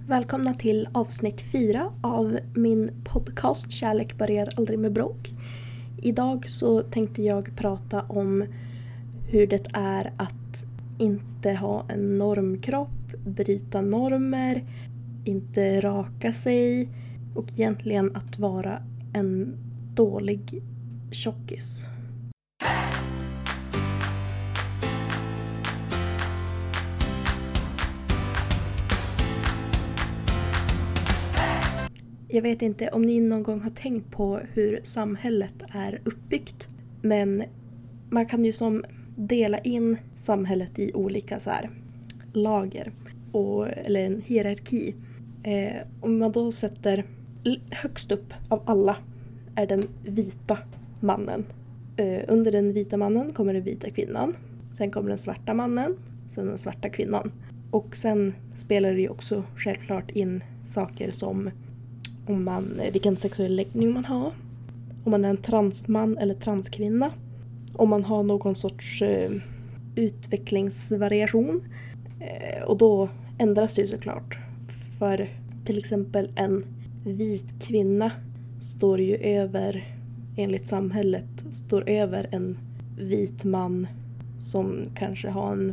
Välkomna till avsnitt 4 av min podcast Kärlek börjar aldrig med bråk. Idag så tänkte jag prata om hur det är att inte ha en normkropp, bryta normer, inte raka sig och egentligen att vara en dålig tjockis. Jag vet inte om ni någon gång har tänkt på hur samhället är uppbyggt. Men man kan ju som dela in samhället i olika så här lager. Eller en hierarki. Om man då sätter högst upp av alla är den vita mannen. Under den vita mannen kommer den vita kvinnan. Sen kommer den svarta mannen. Sen den svarta kvinnan. Och sen spelar det ju också självklart in saker som vilken sexuell läggning man har. Om man är en transman eller transkvinna. Om man har någon sorts utvecklingsvariation. Och då ändras det ju såklart. För till exempel en vit kvinna står ju över, enligt samhället, står över en vit man som kanske har en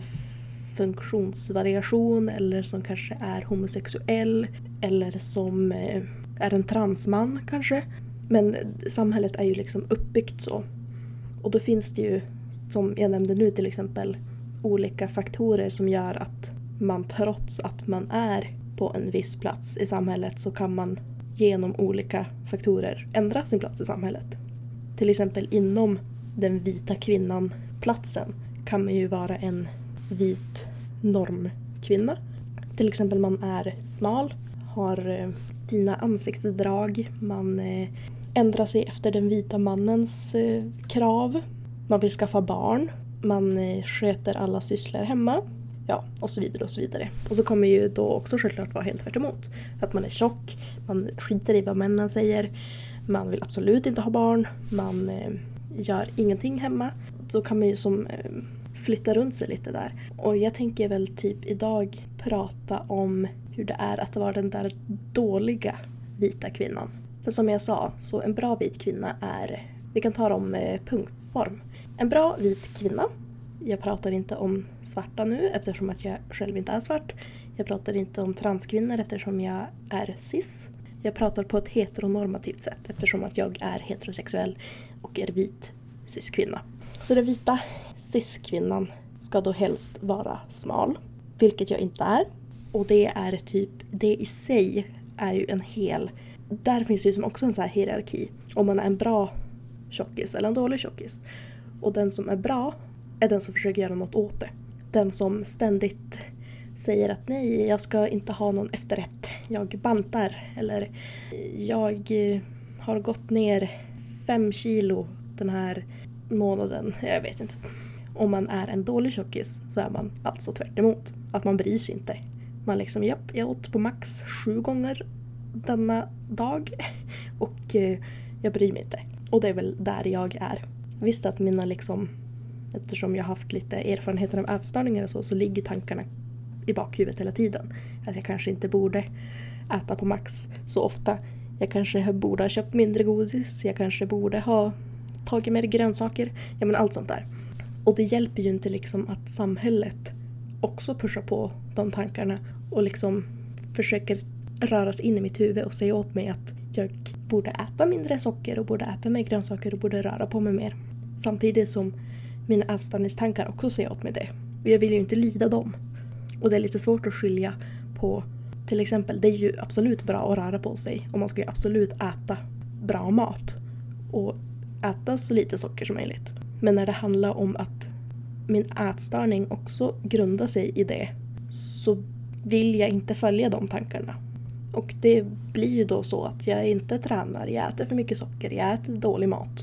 funktionsvariation eller som kanske är homosexuell eller som är en transman kanske. Men samhället är ju liksom uppbyggt så. Och då finns det ju, som jag nämnde nu till exempel, olika faktorer som gör att man trots att man är på en viss plats i samhället så kan man genom olika faktorer ändra sin plats i samhället. Till exempel inom den vita kvinnan platsen kan man ju vara en vit normkvinna. Till exempel man är smal, har fina ansiktsdrag, man ändrar sig efter den vita mannens krav, man vill skaffa barn, man sköter alla sysslor hemma, ja, och så vidare och så vidare. Och så kommer ju då också självklart vara helt tvärt emot. Att man är tjock, man skiter i vad männen säger, man vill absolut inte ha barn, man gör ingenting hemma. Då kan man ju som flytta runt sig lite där. Och jag tänker väl typ idag prata om hur det är att vara den där dåliga vita kvinnan. För som jag sa, så en bra vit kvinna är, vi kan ta dem punktform. En bra vit kvinna, jag pratar inte om svarta nu eftersom att jag själv inte är svart. Jag pratar inte om transkvinnor eftersom jag är cis. Jag pratar på ett heteronormativt sätt eftersom att jag är heterosexuell och är vit cis-kvinna. Så den vita cis-kvinnan ska då helst vara smal, vilket jag inte är. Och det är typ, det i sig är ju en hel, där finns ju som också en så här hierarki. Om man är en bra tjockis eller en dålig tjockis. Och den som är bra är den som försöker göra något åt det. Den som ständigt säger att nej, jag ska inte ha någon efterrätt. Jag bantar. Eller jag har gått ner 5 kilo den här månaden. Jag vet inte. Om man är en dålig tjockis så är man alltså tvärt emot. Att man bryr sig inte. Man liksom, jag åt på max 7 gånger denna dag. Och jag bryr mig inte. Och det är väl där jag är. Visst att mina liksom, eftersom jag har haft lite erfarenheter av ätstörningar och så ligger tankarna i bakhuvudet hela tiden. Att jag kanske inte borde äta på max så ofta. Jag kanske borde ha köpt mindre godis. Jag kanske borde ha tagit mer grönsaker. Ja, men allt sånt där. Och det hjälper ju inte liksom att samhället också pushar på de tankarna och liksom försöker röra sig in i mitt huvud och säga åt mig att jag borde äta mindre socker och borde äta mer grönsaker och borde röra på mig mer. Samtidigt som mina ätstörningstankar också säger åt mig det. Och jag vill ju inte lyda dem. Och det är lite svårt att skilja på, till exempel, det är ju absolut bra att röra på sig. Och man ska ju absolut äta bra mat. Och äta så lite socker som möjligt. Men när det handlar om att min ätstörning också grundar sig i det, så vill jag inte följa de tankarna. Och det blir ju då så att jag inte tränar, jag äter för mycket socker, jag äter dålig mat.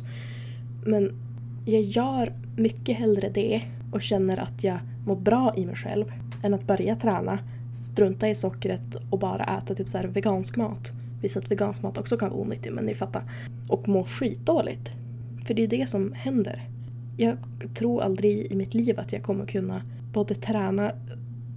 Men jag gör mycket hellre det och känner att jag mår bra i mig själv än att börja träna, strunta i sockret och bara äta typ så här vegansk mat. Visst att vegansk mat också kan vara onyttig, men ni fattar. Och må skitdåligt. För det är det som händer. Jag tror aldrig i mitt liv att jag kommer kunna både träna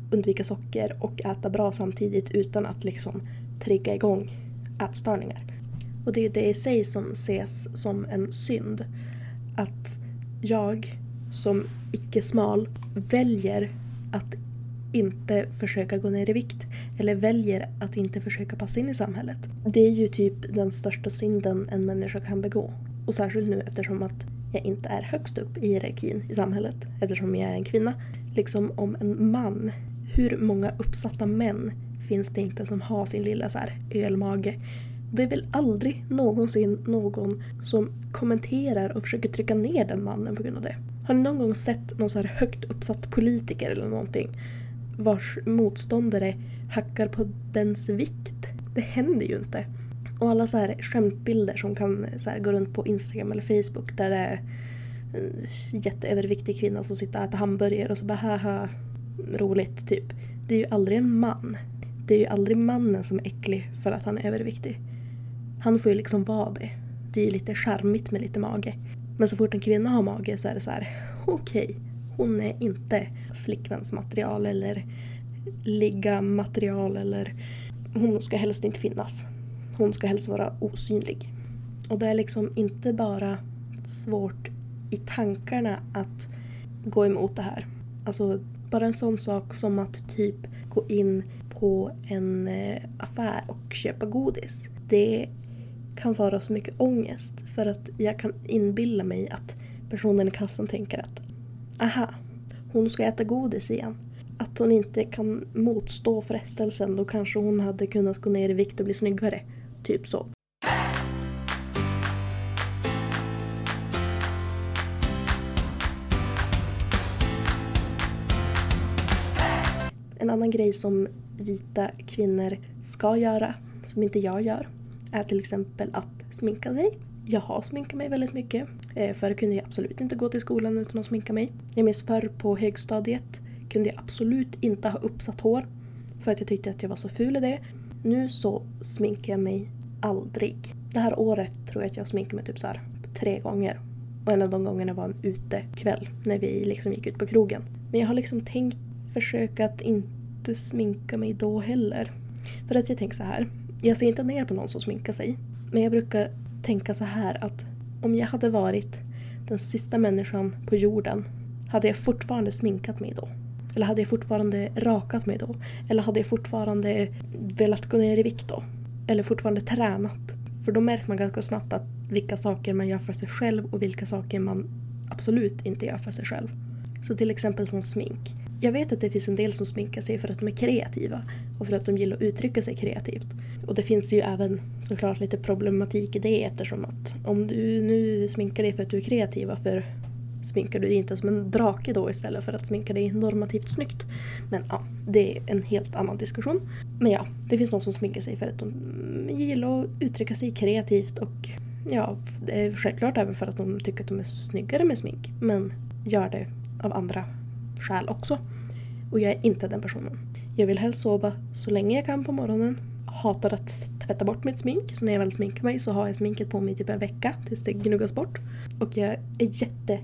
undvika socker och äta bra samtidigt utan att liksom trigga igång ätstörningar. Och det är det i sig som ses som en synd. Att jag som icke-smal väljer att inte försöka gå ner i vikt. Eller väljer att inte försöka passa in i samhället. Det är ju typ den största synden en människa kan begå. Och särskilt nu eftersom att jag inte är högst upp i hierarkin i samhället. Eftersom jag är en kvinna. Liksom om en man. Hur många uppsatta män finns det inte som har sin lilla så här ölmage? Det är väl aldrig någonsin någon som kommenterar och försöker trycka ner den mannen på grund av det. Har ni någon gång sett någon så här högt uppsatt politiker eller någonting vars motståndare hackar på dens vikt? Det händer ju inte. Och alla så här skämtbilder som kan så här gå runt på Instagram eller Facebook där det är en jätteöverviktig kvinna som sitter och äter hamburgare och så bara haha, roligt typ. Det är ju aldrig en man. Det är ju aldrig mannen som är äcklig för att han är överviktig. Han får ju liksom vara det. Det är ju lite charmigt med lite mage. Men så fort en kvinna har mage så är det så här: okej, hon är inte flickvänsmaterial eller ligga material eller hon ska helst inte finnas. Hon ska helst vara osynlig. Och det är liksom inte bara svårt i tankarna att gå emot det här. Alltså bara en sån sak som att typ gå in på en affär och köpa godis. Det kan vara så mycket ångest för att jag kan inbilla mig att personen i kassan tänker att aha, hon ska äta godis igen. Att hon inte kan motstå frestelsen, då kanske hon hade kunnat gå ner i vikt och bli snyggare. Typ så. En annan grej som vita kvinnor ska göra, som inte jag gör, är till exempel att sminka sig. Jag har sminkat mig väldigt mycket. Förr kunde jag absolut inte gå till skolan utan att sminka mig. Jag minns förr på högstadiet kunde jag absolut inte ha uppsatt hår. För att jag tyckte att jag var så ful i det. Nu så sminkar jag mig aldrig. Det här året tror jag att jag sminkar mig typ så här 3 gånger. Och en av de gångerna var en utekväll när vi liksom gick ut på krogen. Men jag har liksom tänkt försöka att inte sminka mig då heller. För att jag tänker så här. Jag ser inte ner på någon som sminkar sig. Men jag brukar tänka så här att om jag hade varit den sista människan på jorden, hade jag fortfarande sminkat mig då? Eller hade jag fortfarande rakat mig då? Eller hade jag fortfarande velat gå ner i vikt då? Eller fortfarande tränat? För då märker man ganska snabbt att vilka saker man gör för sig själv och vilka saker man absolut inte gör för sig själv. Så till exempel som smink. Jag vet att det finns en del som sminkar sig för att de är kreativa och för att de gillar att uttrycka sig kreativt. Och det finns ju även såklart lite problematik i det, eftersom att om du nu sminkar dig för att du är kreativ, varför sminkar du dig inte som en drake då istället för att sminka dig normativt snyggt? Men ja, det är en helt annan diskussion. Men ja, det finns någon som sminkar sig för att de gillar att uttrycka sig kreativt och ja, det är självklart även för att de tycker att de är snyggare med smink. Men gör det av andra skäl också. Och jag är inte den personen. Jag vill helst sova så länge jag kan på morgonen. Hatar att tvätta bort mitt smink. Så när jag väl sminkar mig så har jag sminket på mig typ en vecka tills det gnuggas bort. Och jag är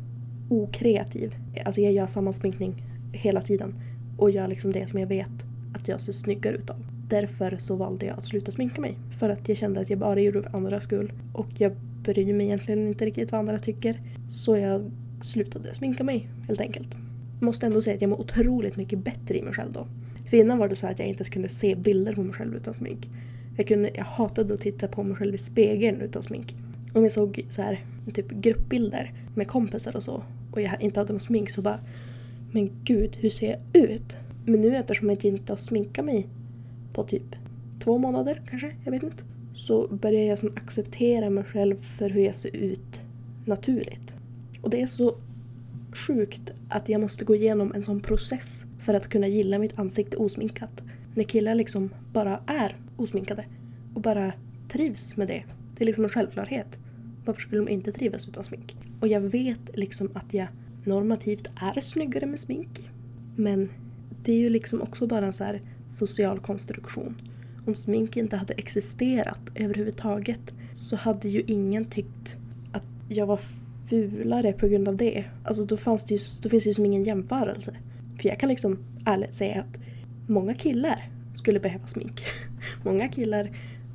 okreativ. Alltså jag gör samma sminkning hela tiden. Och gör liksom det som jag vet att jag ser snyggare ut av. Därför så valde jag att sluta sminka mig. För att jag kände att jag bara gjorde det för andras skull. Och jag bryr mig egentligen inte riktigt vad andra tycker. Så jag slutade sminka mig helt enkelt. Måste ändå säga att jag mår otroligt mycket bättre i mig själv då. För innan var det så att jag inte kunde se bilder på mig själv utan smink. Jag hatade att titta på mig själv i spegeln utan smink. Om jag såg så här typ gruppbilder med kompisar och så och jag inte hade någon smink så bara, men gud, hur ser jag ut? Men nu eftersom jag inte har sminkat mig på typ 2 månader kanske, jag vet inte. Så börjar jag som acceptera mig själv för hur jag ser ut naturligt. Och det är så sjukt att jag måste gå igenom en sån process för att kunna gilla mitt ansikte osminkat. När killar liksom bara är osminkade och bara trivs med det. Det är liksom en självklarhet. Varför skulle de inte trivas utan smink? Och jag vet liksom att jag normativt är snyggare med smink. Men det är ju liksom också bara en så här social konstruktion. Om smink inte hade existerat överhuvudtaget så hade ju ingen tyckt att jag var fulare på grund av det. Alltså då finns det ju som ingen jämförelse. För jag kan liksom ärligt säga att många killar skulle behöva smink. Många killar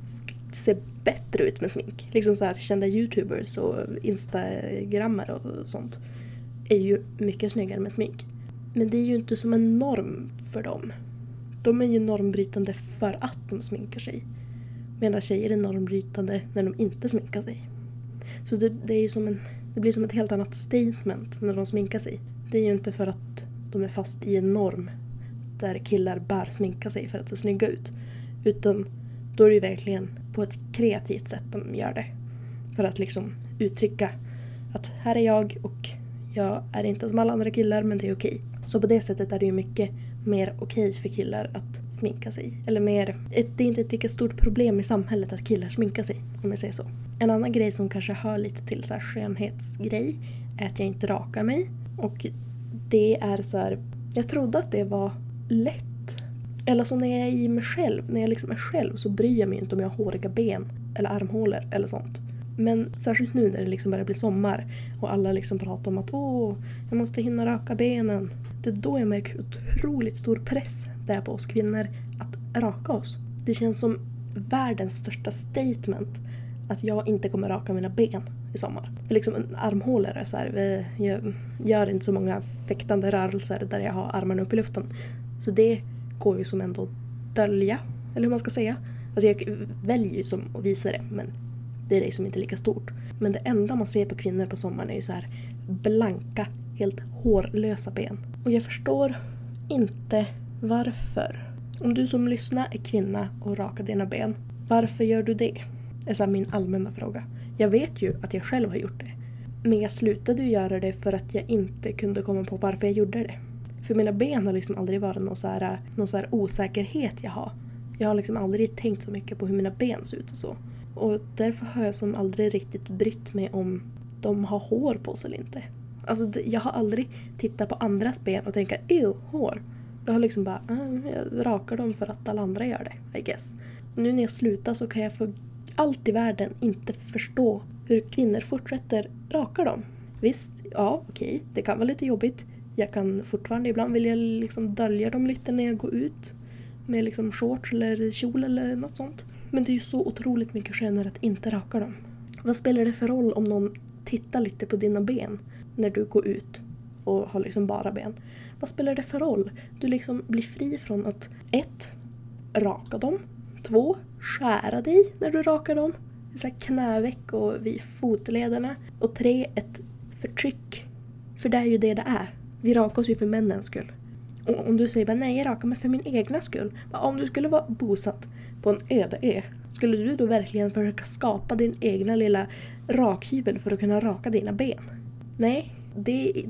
ser bättre ut med smink. Liksom så här kända YouTubers och Instagrammare och sånt är ju mycket snyggare med smink. Men det är ju inte som en norm för dem. De är ju normbrytande för att de sminkar sig. Medan tjejer är normbrytande när de inte sminkar sig. Så det är ju det blir som ett helt annat statement när de sminkar sig. Det är ju inte för att de är fast i en norm där killar bör sminka sig för att se snygga ut. Utan då är det ju verkligen på ett kreativt sätt de gör det. För att liksom uttrycka att här är jag och jag är inte som alla andra killar, men det är okej. Så på det sättet är det ju mycket mer okej för killar att sminka sig. Eller det är inte ett lika stort problem i samhället att killar sminkar sig, om jag säger så. En annan grej som kanske hör lite till så här skönhetsgrej är att jag inte rakar mig. Och det är så här, jag trodde att det var lätt. Eller så när jag är i mig själv, när jag liksom är själv, så bryr jag mig inte om jag har håriga ben eller armhålor eller sånt. Men särskilt nu när det liksom börjar bli sommar och alla liksom pratar om att jag måste hinna raka benen. Det är då jag märker otroligt stor press där på oss kvinnor att raka oss. Det känns som världens största statement att jag inte kommer raka mina ben i sommar. För liksom en armhålare så här, jag gör inte så många fäktande rörelser där jag har armarna upp i luften. Så det går ju som ändå dölja, eller hur man ska säga. Alltså jag väljer ju som att visa det, men det är liksom inte lika stort. Men det enda man ser på kvinnor på sommaren är ju så här blanka, helt hårlösa ben. Och jag förstår inte varför. Om du som lyssnar är kvinna och rakar dina ben, varför gör du det? Det är så här min allmänna fråga. Jag vet ju att jag själv har gjort det. Men jag slutade ju göra det för att jag inte kunde komma på varför jag gjorde det. För mina ben har liksom aldrig varit någon så här osäkerhet jag har. Jag har liksom aldrig tänkt så mycket på hur mina ben ser ut och så. Och därför har jag som aldrig riktigt brytt mig om de har hår på sig eller inte. Alltså jag har aldrig tittat på andras ben och tänkt, hår. Jag har liksom bara, jag rakar dem för att alla andra gör det, I guess. Och nu när jag slutar så kan jag för allt i världen inte förstå hur kvinnor fortsätter raka dem. Visst, ja, okej, det kan vara lite jobbigt. Jag kan fortfarande ibland vilja liksom dölja dem lite när jag går ut med liksom shorts eller kjol eller något sånt. Men det är ju så otroligt mycket skönare att inte raka dem. Vad spelar det för roll om någon tittar lite på dina ben när du går ut och har liksom bara ben? Vad spelar det för roll? Du liksom blir fri från att 1. Raka dem. 2. Skära dig när du rakar dem. Så här knäveck och vid fotlederna. Och 3. Ett förtryck. För det är ju det är. Vi rakar oss ju för männens skull. Och om du säger bara nej, jag rakar mig för min egna skull. Om du skulle vara bosatt på en öde ö, skulle du då verkligen försöka skapa din egna lilla rakhyvel för att kunna raka dina ben? Nej, det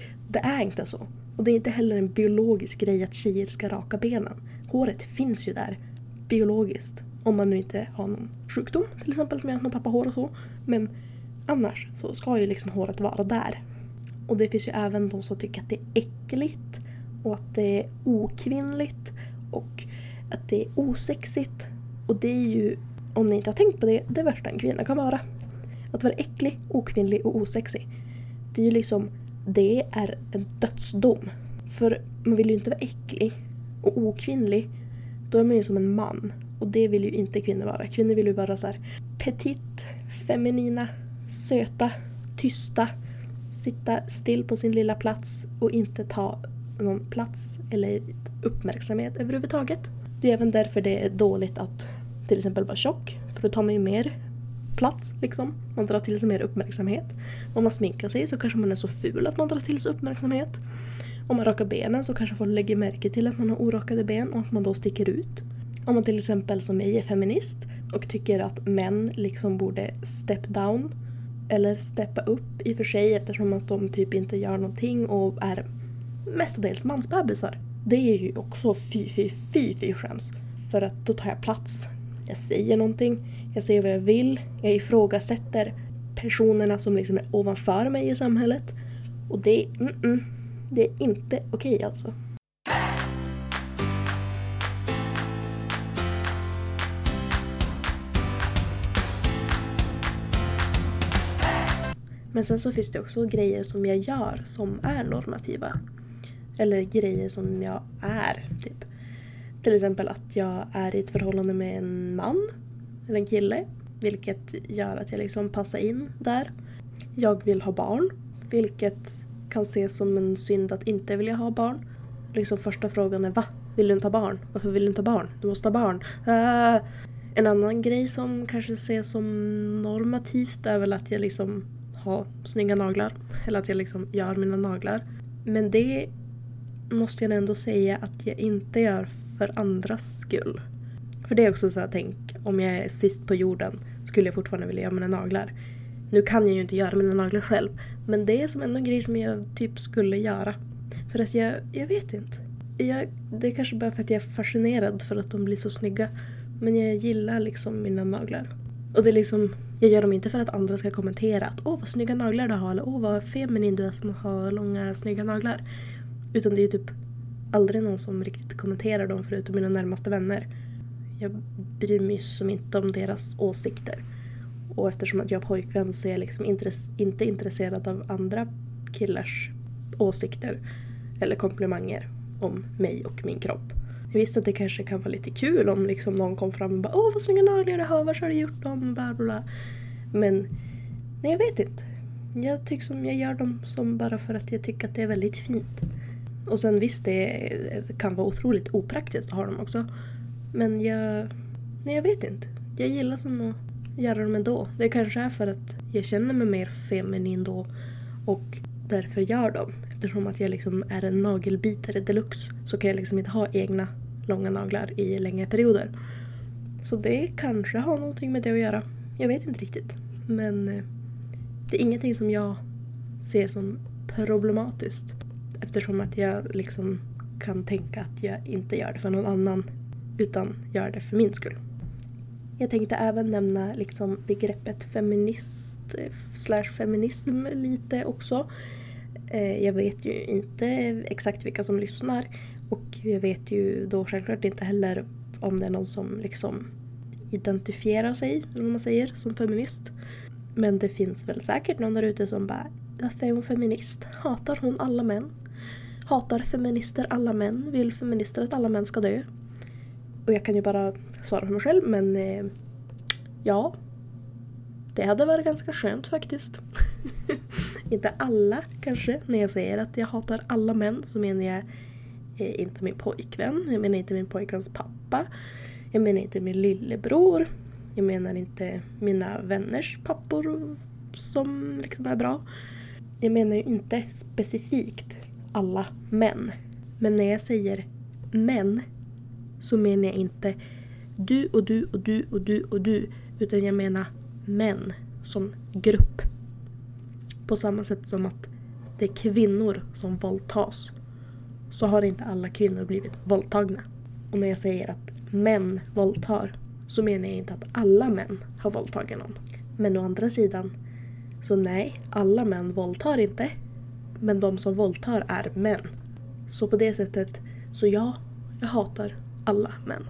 är inte så. Och det är inte heller en biologisk grej att tjejer ska raka benen. Håret finns ju där biologiskt. Om man nu inte har någon sjukdom till exempel som gör att man tappar hår och så. Men annars så ska ju liksom håret vara där. Och det finns ju även de som tycker att det är äckligt och att det är okvinnligt och att det är osexigt. Och det är ju, om ni inte har tänkt på det värsta en kvinna kan vara. Att vara äcklig, okvinnlig och osexig. Det är ju liksom, det är en dödsdom. För man vill ju inte vara äcklig och okvinnlig. Då är man ju som en man. Och det vill ju inte kvinnor vara. Kvinnor vill ju vara så här petit, feminina, söta, tysta. Sitta still på sin lilla plats och inte ta någon plats eller uppmärksamhet överhuvudtaget. Det är även därför det är dåligt att till exempel vara tjock. För då tar man ju mer plats liksom. Man drar till sig mer uppmärksamhet. Om man sminkar sig så kanske man är så ful att man drar till sig uppmärksamhet. Om man rakar benen så kanske folk lägger märke till att man har orakade ben och att man då sticker ut. Om man till exempel som mig är feminist och tycker att män liksom borde step down eller steppa upp i och för sig eftersom att de typ inte gör någonting och är mestadels mansbebisar. Det är ju också fy skäms. För att då tar jag plats. Jag säger någonting. Jag säger vad jag vill. Jag ifrågasätter personerna som liksom är ovanför mig i samhället. Och det är inte okej alltså. Men sen så finns det också grejer som jag gör som är normativa. Eller grejer som jag är, typ. Till exempel att jag är i ett förhållande med en man eller en kille, vilket gör att jag liksom passar in där. Jag vill ha barn, vilket kan ses som en synd att inte vilja ha barn. Liksom första frågan är, va? Vill du inte ha barn? Varför vill du inte ha barn? Du måste ha barn. En annan grej som kanske ses som normativt är väl att jag liksom har snygga naglar. Eller att jag liksom gör mina naglar. Men det måste jag ändå säga att jag inte gör för andras skull. För det är också så här, tänk, om jag är sist på jorden skulle jag fortfarande vilja göra mina naglar. Nu kan jag ju inte göra mina naglar själv. Men det är som ändå en grej som jag typ skulle göra. För att jag vet inte. Det är kanske bara för att jag är fascinerad för att de blir så snygga. Men jag gillar liksom mina naglar. Och det är liksom, jag gör dem inte för att andra ska kommentera att vad snygga naglar du har. Eller vad feminin du är som har långa snygga naglar. Utan det är typ aldrig någon som riktigt kommenterar dem förutom mina närmaste vänner. Jag bryr mig som inte om deras åsikter. Och eftersom att jag har pojkvän så är jag liksom inte intresserad av andra killars åsikter eller komplimanger om mig och min kropp. Jag visste att det kanske kan vara lite kul om liksom någon kom fram och bara vad snygga naglar du har, vad har du gjort dem, bla bla. Men nej, jag vet inte. Jag tycker som jag gör dem som bara för att jag tycker att det är väldigt fint. Och sen visst, det kan vara otroligt opraktiskt att ha dem också. Men jag vet inte. Jag gillar som att göra dem ändå. Det kanske är för att jag känner mig mer feminin då och därför gör dem. Eftersom att jag liksom är en nagelbitare deluxe så kan jag liksom inte ha egna långa naglar i längre perioder. Så det kanske har någonting med det att göra. Jag vet inte riktigt. Men det är ingenting som jag ser som problematiskt. Eftersom att jag liksom kan tänka att jag inte gör det för någon annan utan gör det för min skull. Jag tänkte även nämna liksom begreppet feminist / feminism lite också. Jag vet ju inte exakt vilka som lyssnar och jag vet ju då självklart inte heller om det är någon som liksom identifierar sig, eller vad man säger, som feminist. Men det finns väl säkert någon där ute som bara, varför är hon feminist? Hatar hon alla män? Hatar feminister alla män? Vill feminister att alla män ska dö? Och jag kan ju bara svara för mig själv, men ja, det hade varit ganska skönt faktiskt. Inte alla kanske. När jag säger att jag hatar alla män så menar jag inte min pojkvän. Jag menar inte min pojkväns pappa. Jag menar inte min lillebror. Jag menar inte mina vänners pappor som liksom är bra. Jag menar ju inte specifikt alla män. Men när jag säger män så menar jag inte du och du och du och du och du. Utan jag menar män som grupp. På samma sätt som att det är kvinnor som våldtas så har inte alla kvinnor blivit våldtagna. Och när jag säger att män våldtar så menar jag inte att alla män har våldtagit någon. Men å andra sidan så nej, alla män våldtar inte. Men de som våldtar är män. Så på det sättet så ja, jag hatar alla män.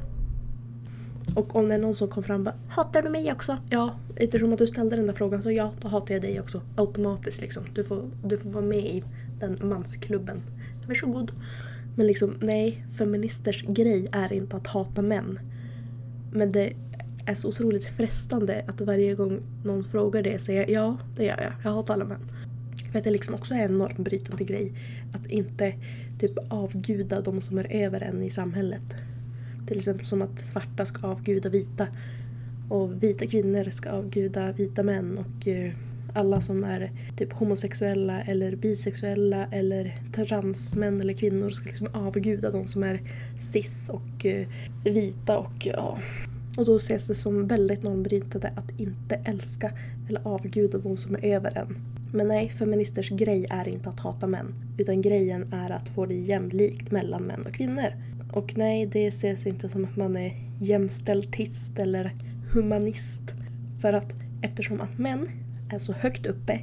Och om det är någon som kom fram och bara, hatar du mig också? Ja, eftersom att du ställde den där frågan så ja, då hatar jag dig också. Automatiskt liksom. Du får vara med i den mansklubben. Varsågod. Men liksom, nej, feministers grej är inte att hata män. Men det är så otroligt frestande att varje gång någon frågar det säger ja, det gör jag. Jag hatar alla män. För att det liksom också är en normbrytande grej. Att inte typ avguda de som är över en i samhället. Till exempel som att svarta ska avguda vita. Och vita kvinnor ska avguda vita män. Och alla som är typ homosexuella eller bisexuella eller transmän eller kvinnor ska liksom avguda de som är cis och vita. Och ja. Och då ses det som väldigt normbrytande att inte älska eller avguda de som är över en. Men nej, feministers grej är inte att hata män. Utan grejen är att få det jämlikt mellan män och kvinnor. Och nej, det ses inte som att man är jämställdist eller humanist. För att eftersom att män är så högt uppe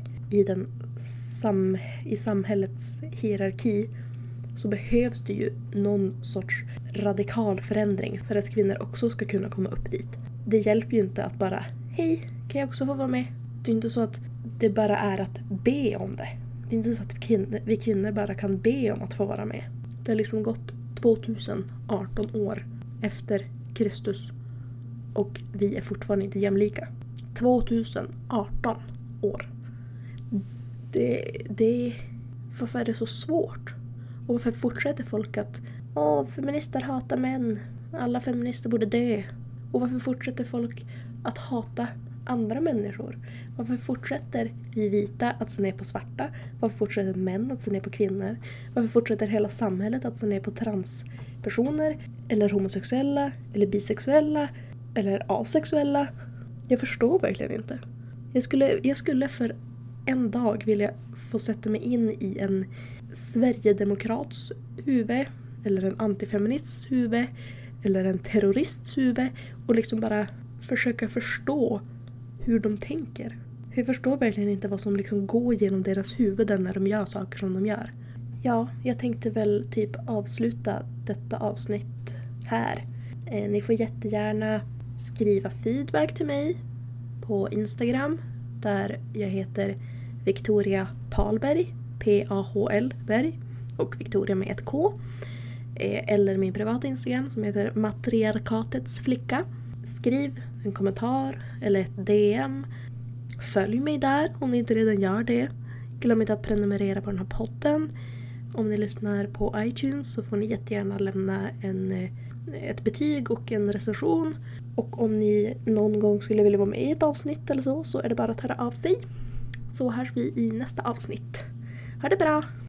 i samhällets hierarki så behövs det ju någon sorts radikal förändring för att kvinnor också ska kunna komma upp dit. Det hjälper ju inte att bara, hej, kan jag också få vara med? Det är inte så att det bara är att be om det. Det är inte så att vi kvinnor bara kan be om att få vara med. Det har liksom gått 2018 år efter Kristus och vi är fortfarande inte jämlika. 2018 år. Varför är det så svårt? Och varför fortsätter folk att feminister hatar män, alla feminister borde dö? Och varför fortsätter folk att hata andra människor? Varför fortsätter vi vita att se ner på svarta? Varför fortsätter män att se ner på kvinnor? Varför fortsätter hela samhället att se ner på transpersoner? Eller homosexuella? Eller bisexuella? Eller asexuella? Jag förstår verkligen inte. Jag skulle för en dag vilja få sätta mig in i en Sverigedemokrats huvud. Eller en antifeminists huvud. Eller en terrorists huvud. Och liksom bara försöka förstå hur de tänker. Jag förstår verkligen inte vad som liksom går genom deras huvuden när de gör saker som de gör. Ja, jag tänkte väl typ avsluta detta avsnitt här. Ni får jättegärna skriva feedback till mig på Instagram. Där jag heter Victoria Pahlberg. P-A-H-L Berg. Och Victoria med ett K. Eller min privata Instagram som heter Matriarkatets flicka. Skriv en kommentar eller ett DM. Följ mig där om ni inte redan gör det. Glöm inte att prenumerera på den här podden. Om ni lyssnar på iTunes så får ni jättegärna lämna ett betyg och en recension. Och om ni någon gång skulle vilja vara med i ett avsnitt eller så är det bara att höra av sig. Så hörs vi i nästa avsnitt. Ha det bra!